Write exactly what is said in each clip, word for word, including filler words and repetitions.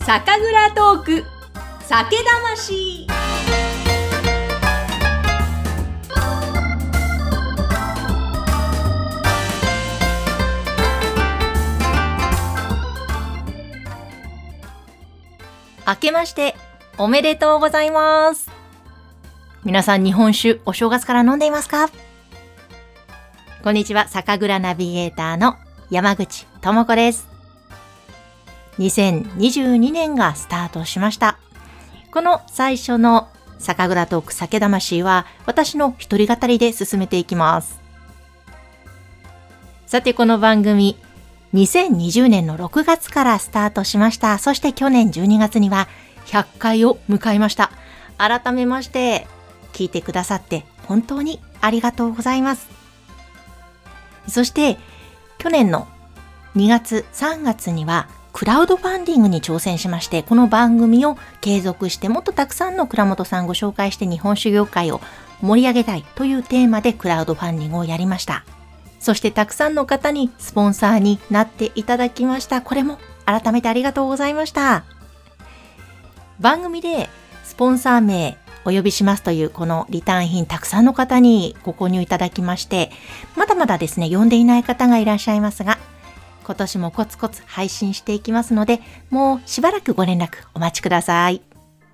酒蔵トーク酒魂。明けましておめでとうございます。皆さん日本酒お正月から飲んでいますか？こんにちは、酒蔵ナビゲーターの山口智子です。にせんにじゅうにねんがスタートしました。この最初の酒蔵トーク酒魂は私の一人語りで進めていきます。さてこの番組にせんにじゅうねんのろくがつからスタートしました。そして去年じゅうにがつにはひゃっかいを迎えました。改めまして聞いてくださって本当にありがとうございます。そして去年のにがつさんがつにはクラウドファンディングに挑戦しまして、この番組を継続してもっとたくさんの蔵元さんご紹介して日本酒業界を盛り上げたいというテーマでクラウドファンディングをやりました。そしてたくさんの方にスポンサーになっていただきました。これも改めてありがとうございました。番組でスポンサー名お呼びしますというこのリターン品たくさんの方にご購入いただきまして、まだまだですね、呼んでいない方がいらっしゃいますが、今年もコツコツ配信していきますので、もうしばらくご連絡お待ちください。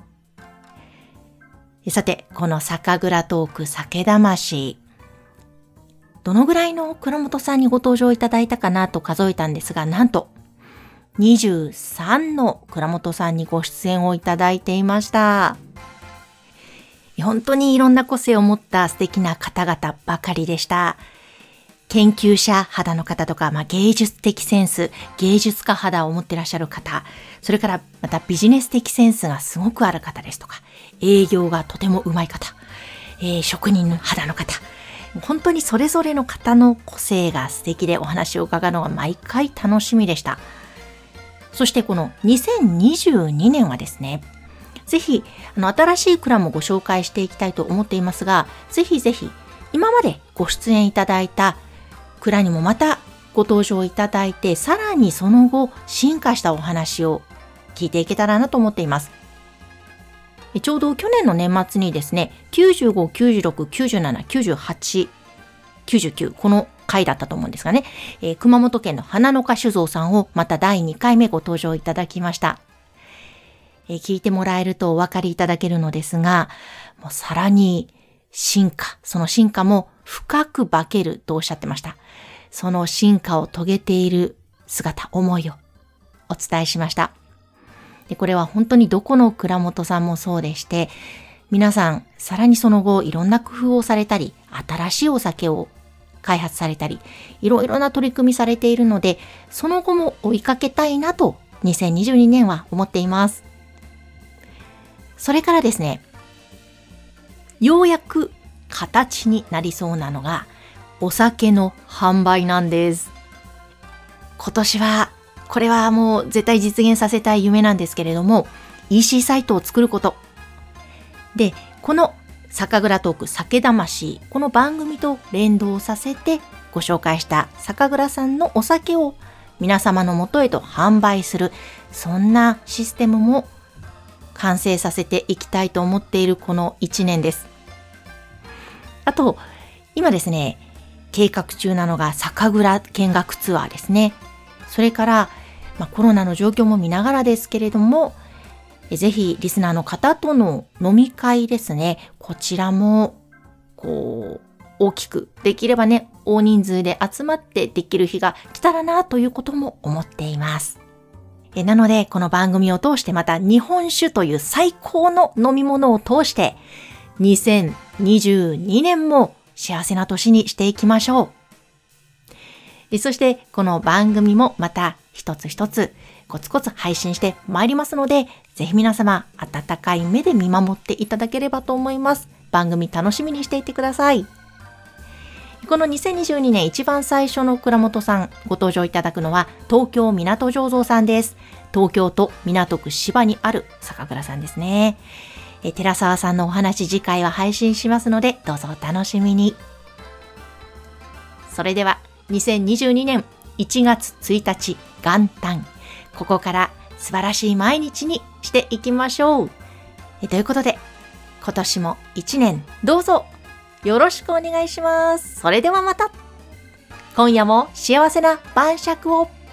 さて、この酒蔵トーク酒魂、どのぐらいの蔵元さんにご登場いただいたかなと数えたんですが、なんとにじゅうさんの蔵元さんにご出演をいただいていました。本当にいろんな個性を持った素敵な方々ばかりでした。研究者肌の方とか、まあ、芸術的センス、芸術家肌を持っていらっしゃる方、それからまたビジネス的センスがすごくある方ですとか、営業がとても上手い方、えー、職人の肌の方、本当にそれぞれの方の個性が素敵でお話を伺うのが毎回楽しみでした。そしてこのにせんにじゅうにねんはですね、ぜひあの新しい蔵もご紹介していきたいと思っていますが、ぜひぜひ今までご出演いただいた蔵にもまたご登場いただいて、さらにその後進化したお話を聞いていけたらなと思っています。ちょうど去年の年末にですね、きゅうじゅうご、きゅうじゅうろく、きゅうじゅうなな、きゅうじゅうはち、きゅうじゅうきゅう、この回だったと思うんですがね、えー、熊本県の花の花酒造さんをまただいにかいめご登場いただきました。えー、聞いてもらえるとお分かりいただけるのですが、もうさらに進化、その進化も深く化けるとおっしゃってました。その進化を遂げている姿、思いをお伝えしました。で、これは本当にどこの蔵元さんもそうでして、皆さんさらにその後いろんな工夫をされたり、新しいお酒を開発されたり、いろいろな取り組みされているので、その後も追いかけたいなとにせんにじゅうにねんは思っています。それからですね、ようやく形になりそうなのがお酒の販売なんです。今年はこれはもう絶対実現させたい夢なんですけれども、 イーシー サイトを作ることで、この酒蔵トーク酒魂、この番組と連動させてご紹介した酒蔵さんのお酒を皆様のもとへと販売する、そんなシステムも完成させていきたいと思っているこのいちねんです。あと今ですね、計画中なのが酒蔵見学ツアーですね。それから、まあ、コロナの状況も見ながらですけれども、ぜひリスナーの方との飲み会ですね、こちらもこう大きくできればね、大人数で集まってできる日が来たらなということも思っています。えなのでこの番組を通して、また日本酒という最高の飲み物を通してにせんにじゅうにねんも幸せな年にしていきましょう。そしてこの番組もまた一つ一つコツコツ配信してまいりますので、ぜひ皆様温かい目で見守っていただければと思います。番組楽しみにしていてください。このにせんにじゅうにねん一番最初の蔵元さんご登場いただくのは東京港醸造さんです。東京都港区芝にある酒蔵さんですね。え寺澤さんのお話、次回は配信しますのでどうぞお楽しみに。それではにせんにじゅうにねんいちがつついたち元旦、ここから素晴らしい毎日にしていきましょう。えということで、今年も一年どうぞよろしくお願いします。それではまた。今夜も幸せな晩酌を。